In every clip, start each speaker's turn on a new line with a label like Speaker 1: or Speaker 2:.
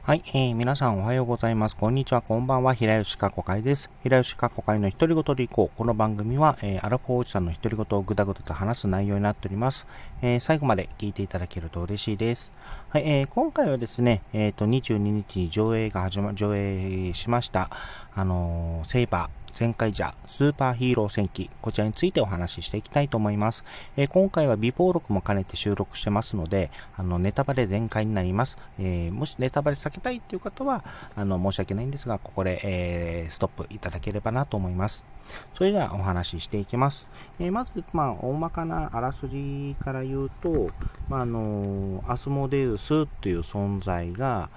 Speaker 1: はい、皆さんおはようございます。こんにちは、こんばんは。平吉かこかいです。平吉かこかいの独り言でいこう。この番組は、アラフォーおじさんの独り言をぐだぐだと話す内容になっております。最後まで聞いていただけると嬉しいです。はい、今回はですね、22日に上映しました、セイバー。前回じゃスーパーヒーロー戦記、こちらについてお話ししていきたいと思います。今回は微暴録も兼ねて収録してますので、ネタバレ全開になります。もしネタバレ避けたいという方は、申し訳ないんですが、ここで、ストップいただければなと思います。それではお話ししていきます。まず、大まかなあらすじから言うと、アスモデウスという存在が、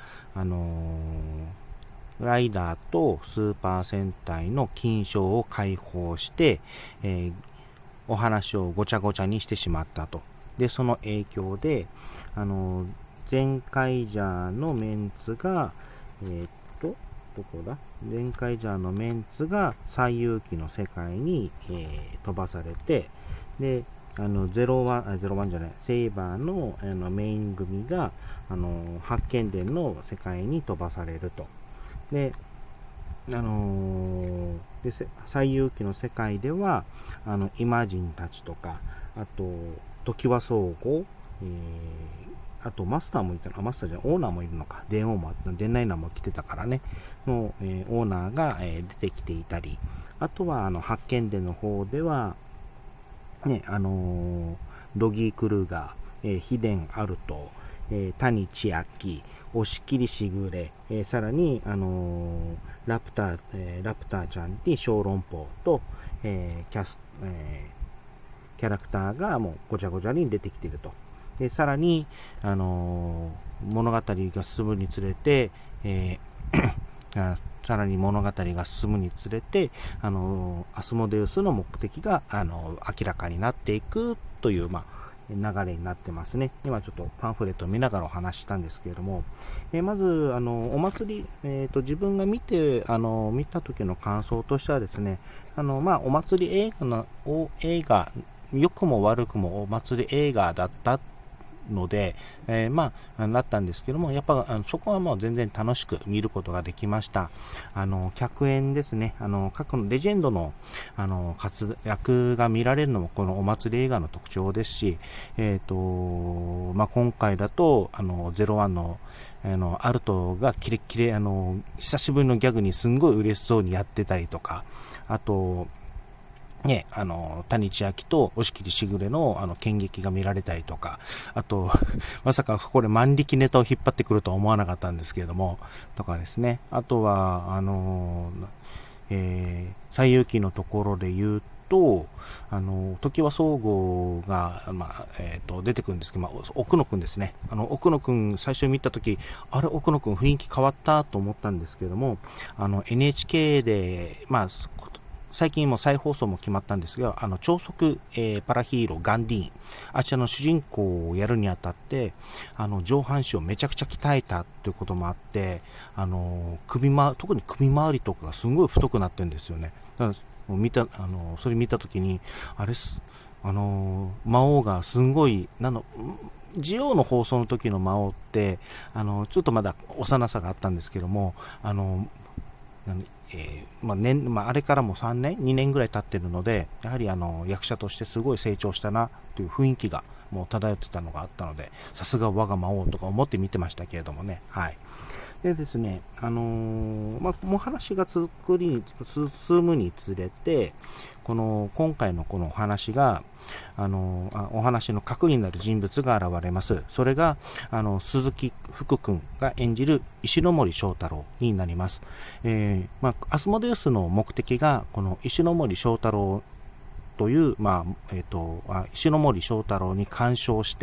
Speaker 1: ライダーとスーパー戦隊の金賞を解放して、お話をごちゃごちゃにしてしまったと。で、その影響で、ゼンカイジャーのメンツが、どこだゼンカイジャーのメンツが最遊記の世界に、飛ばされて、で、01じゃない、セイバーの、メイン組が、八犬伝の世界に飛ばされると。で、最遊記の世界ではイマジンたちとか、あとトキワ総合、あとマスターもいたの、マスターじゃない、オーナーもいるのか、電ナイナーも来てたからねの、オーナーが、出てきていたり、あとは発見伝の方ではね、ロギー・クルーガー、ヒデン・アルト、谷千秋、押切しぐれ、さらに、ラプターちゃんに小籠包と、キャラクターがもうごちゃごちゃに出てきていると。でさらに、物語が進むにつれて、さらに物語が進むにつれて、アスモデウスの目的が明らかになっていくという、流れになってますね。今ちょっとパンフレットを見ながらお話ししたんですけれども、まずお祭り、自分が見た時の感想としてはですね、お祭り映画、良くも悪くもお祭り映画だったので、なったんですけども、やっぱそこはもう全然楽しく見ることができました。客演ですね、各のレジェンドの活躍が見られるのもこのお祭り映画の特徴ですし、今回だと01のアルトがキレッキレ久しぶりのギャグにすんごい嬉しそうにやってたりとか、あとね、谷千秋と押切しぐれの剣撃が見られたりとか、あと、まさかこれ万力ネタを引っ張ってくるとは思わなかったんですけれども、とかですね。あとは、最遊記のところで言うと、時は総合が、出てくるんですけど、奥野くんですね。奥野くん、最初見たとき、あれ、奥野くん雰囲気変わったと思ったんですけれども、NHK で、最近も再放送も決まったんですが、超速、パラヒーローガンディーン、あちらの主人公をやるにあたって、上半身をめちゃくちゃ鍛えたということもあって、特に首周りとかがすごい太くなってるんですよね。だからそれ見たときに、あれす、魔王がすんごい、ジオの放送の時の魔王って、ちょっとまだ幼さがあったんですけども、あれからも3年、2年ぐらい経ってるので、やはり役者としてすごい成長したなという雰囲気がもう漂ってたのがあったので、さすが我が魔王とか思って見てましたけれどもね。はい。でですね、もう話が進むにつれて、今回のこのお話が、お話の核になる人物が現れます。それが、鈴木福君が演じる石ノ森章太郎になります。アスモデウスの目的が、この石ノ森章太郎という、石ノ森章太郎に干渉して、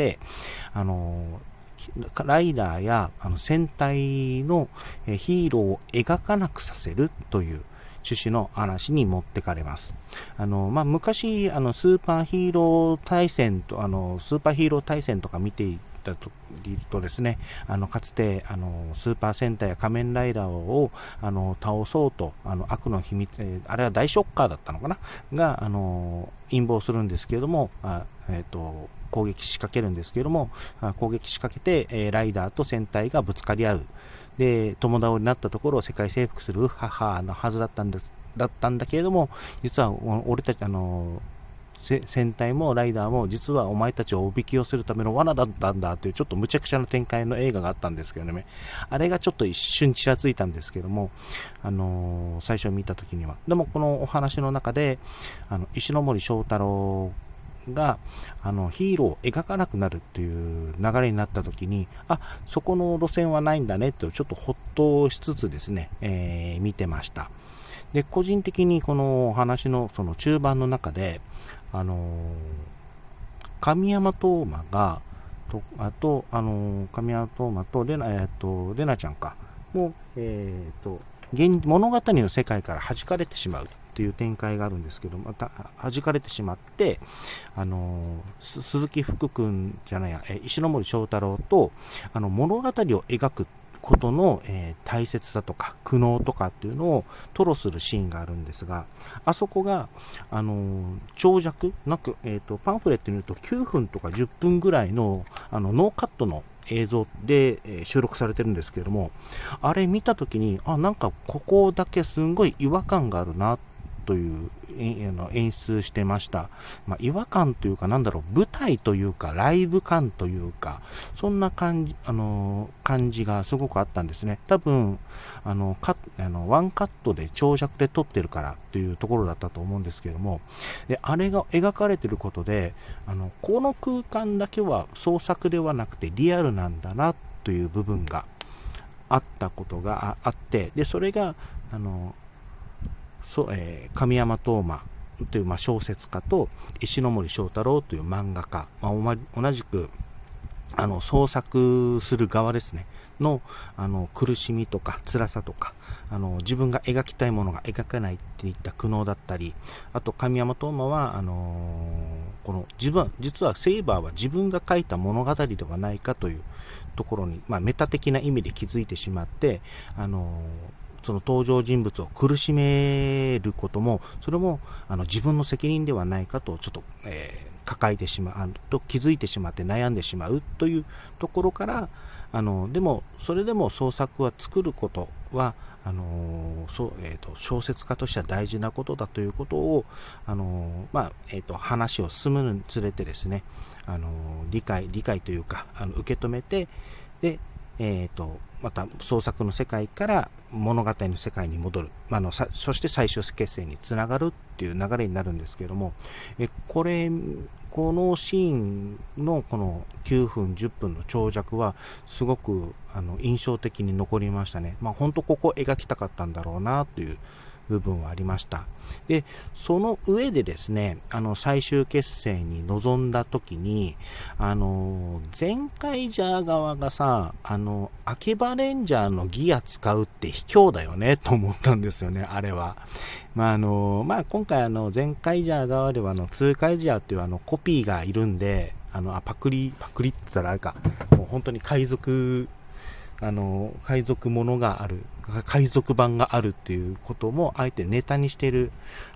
Speaker 1: ライダーや戦隊のヒーローを描かなくさせるという趣旨の話に持ってかれます。昔スーパーヒーロー対戦とか見ていたとですね、かつてスーパー戦隊や仮面ライダーを倒そうと悪の秘密、あれは大ショッカーだったのかなが陰謀するんですけれども、攻撃仕掛けるんですけれども、攻撃仕掛けて、ライダーと戦隊がぶつかり合うで、友倒れになったところを世界征服する母のはずだったんだけれども、実は俺たち、戦隊もライダーも実はお前たちをおびき寄せるための罠だったんだというちょっと無茶苦茶な展開の映画があったんですけどね、あれがちょっと一瞬ちらついたんですけども、最初見た時には。でもこのお話の中で、石ノ森章太郎がヒーローを描かなくなるっていう流れになった時に、そこの路線はないんだねとちょっとほっとしつつですね、見てました。で、個人的にこの話のその中盤の中で、神山東馬が神山東馬とレナちゃんかも物語の世界から弾かれてしまうっていう展開があるんですけど、また弾かれてしまって、鈴木福君じゃないや、石ノ森章太郎と物語を描くことの、大切さとか苦悩とかっていうのを吐露するシーンがあるんですが、あそこが、長尺なく、パンフレットによると9分とか10分ぐらいの、ノーカットの映像で、収録されてるんですけれども、あれ見たときに、なんかここだけすんごい違和感があるなという演出してました。違和感というか、舞台というかライブ感というか、そんな感じがすごくあったんですね。多分ワンカットで長尺で撮ってるからというところだったと思うんですけれども、であれが描かれていることで、この空間だけは創作ではなくてリアルなんだなという部分があったことがあって、でそれが神山東馬という小説家と石ノ森章太郎という漫画家、同じく創作する側ですねの苦しみとか辛さとか自分が描きたいものが描けないっていった苦悩だったり、あと神山東馬は実はセイバーは自分が書いた物語ではないかというところに、メタ的な意味で気づいてしまって、その登場人物を苦しめることも、それも自分の責任ではないかとちょっと、抱えてしまうと気づいてしまって悩んでしまうというところから、でもそれでも創作は作ることは小説家としては大事なことだということを話を進むにつれてですね、理解というか受け止めて、でまた創作の世界から物語の世界に戻る、そして最終決戦につながるっていう流れになるんですけれども、このシーンのこの9分10分の長尺はすごく印象的に残りましたね。本当ここ描きたかったんだろうなという部分はありました。で、その上でですね、最終決戦に臨んだ時に、ゼンカイジャー側がさ、秋葉レンジャーのギア使うって卑怯だよね、と思ったんですよね、あれは。今回ゼンカイジャー側ではツーカイジャーっていうコピーがいるんで、パクリって言ったらあれか、もう本当に海賊ものがある、海賊版があるっていうこともあえてネタにしている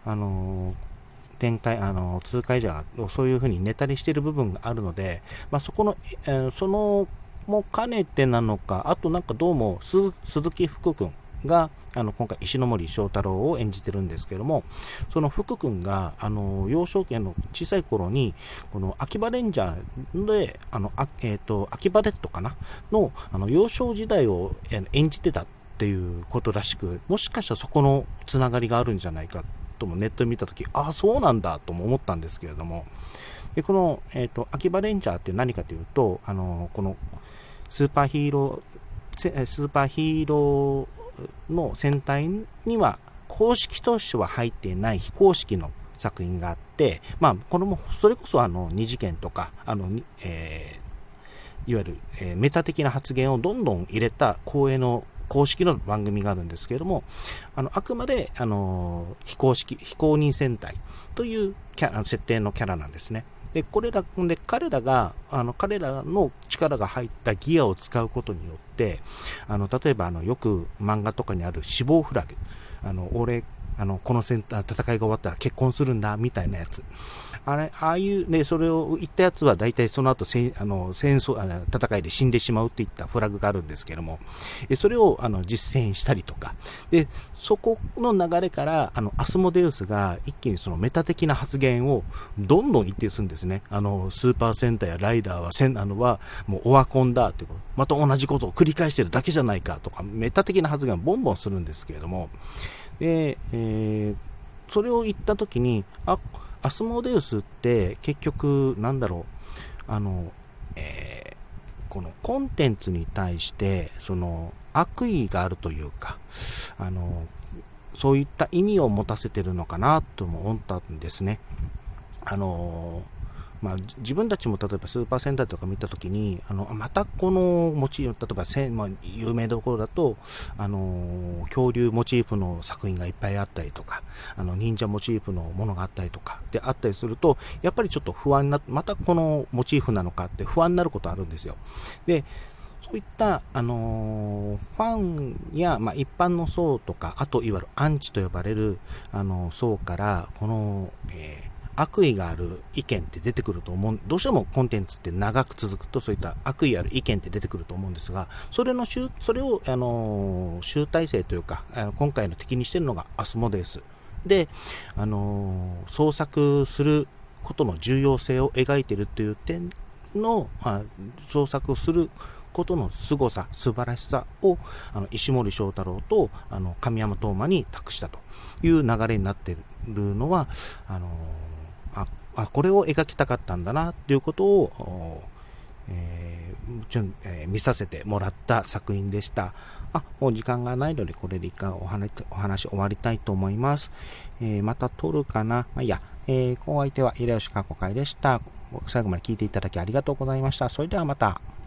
Speaker 1: 展開、通過以上そういうふうにネタにしている部分があるので、そこの、そのも兼ねてなのか、あとどうも鈴木福君が今回石ノ森章太郎を演じてるんですけども、その福君が幼少期の小さい頃にこの秋葉レンジャーで秋葉レッドかなの幼少時代を演じてたっていうことらしく、もしかしたらそこのつながりがあるんじゃないかともネットで見たとき、そうなんだとも思ったんですけれども、でこの、秋葉レンジャーって何かというと、このスーパーヒーローの戦隊には公式としては入っていない非公式の作品があって、これもそれこそ二次元とかいわゆる、メタ的な発言をどんどん入れた公式の番組があるんですけれども、あくまで非公認戦隊という設定のキャラなんですね。で彼らの力が入ったギアを使うことによって、例えばよく漫画とかにある死亡フラグ、 この戦いが終わったら結婚するんだ、みたいなやつ。ああいうね、それを言ったやつは大体その後戦争、戦いで死んでしまうっていったフラグがあるんですけども、それを実践したりとか、で、そこの流れから、アスモデウスが一気にそのメタ的な発言をどんどん言ってするんですね。スーパーセンターやライダーはもうオワコンだってこと、また同じことを繰り返してるだけじゃないかとか、メタ的な発言をボンボンするんですけれども、で、それを言ったときに、アスモデウスって結局なんだろう、このコンテンツに対してその悪意があるというか、そういった意味を持たせてるのかなとも思ったんですね。自分たちも例えばスーパーセンターとか見たときに、またこのモチーフ、例えば有名どころだと、恐竜モチーフの作品がいっぱいあったりとか、忍者モチーフのものがあったりとか、であったりすると、やっぱりちょっと不安な、またこのモチーフなのかって不安になることあるんですよ。で、そういった、ファンや、一般の層とか、あといわゆるアンチと呼ばれる、層から、この、悪意がある意見って出てくると思う。どうしてもコンテンツって長く続くとそういった悪意ある意見って出てくると思うんですが、それを集大成というか、今回の敵にしているのがアスモデウスで、創作することの重要性を描いているという点の、創作をすることの凄さ、素晴らしさを石森章太郎と神山東馬に託したという流れになっているのは、これを描きたかったんだなということを、見させてもらった作品でした。もう時間がないのでこれで一回お話終わりたいと思います。また撮るかな。お相手は平吉過去会でした。最後まで聞いていただきありがとうございました。それではまた。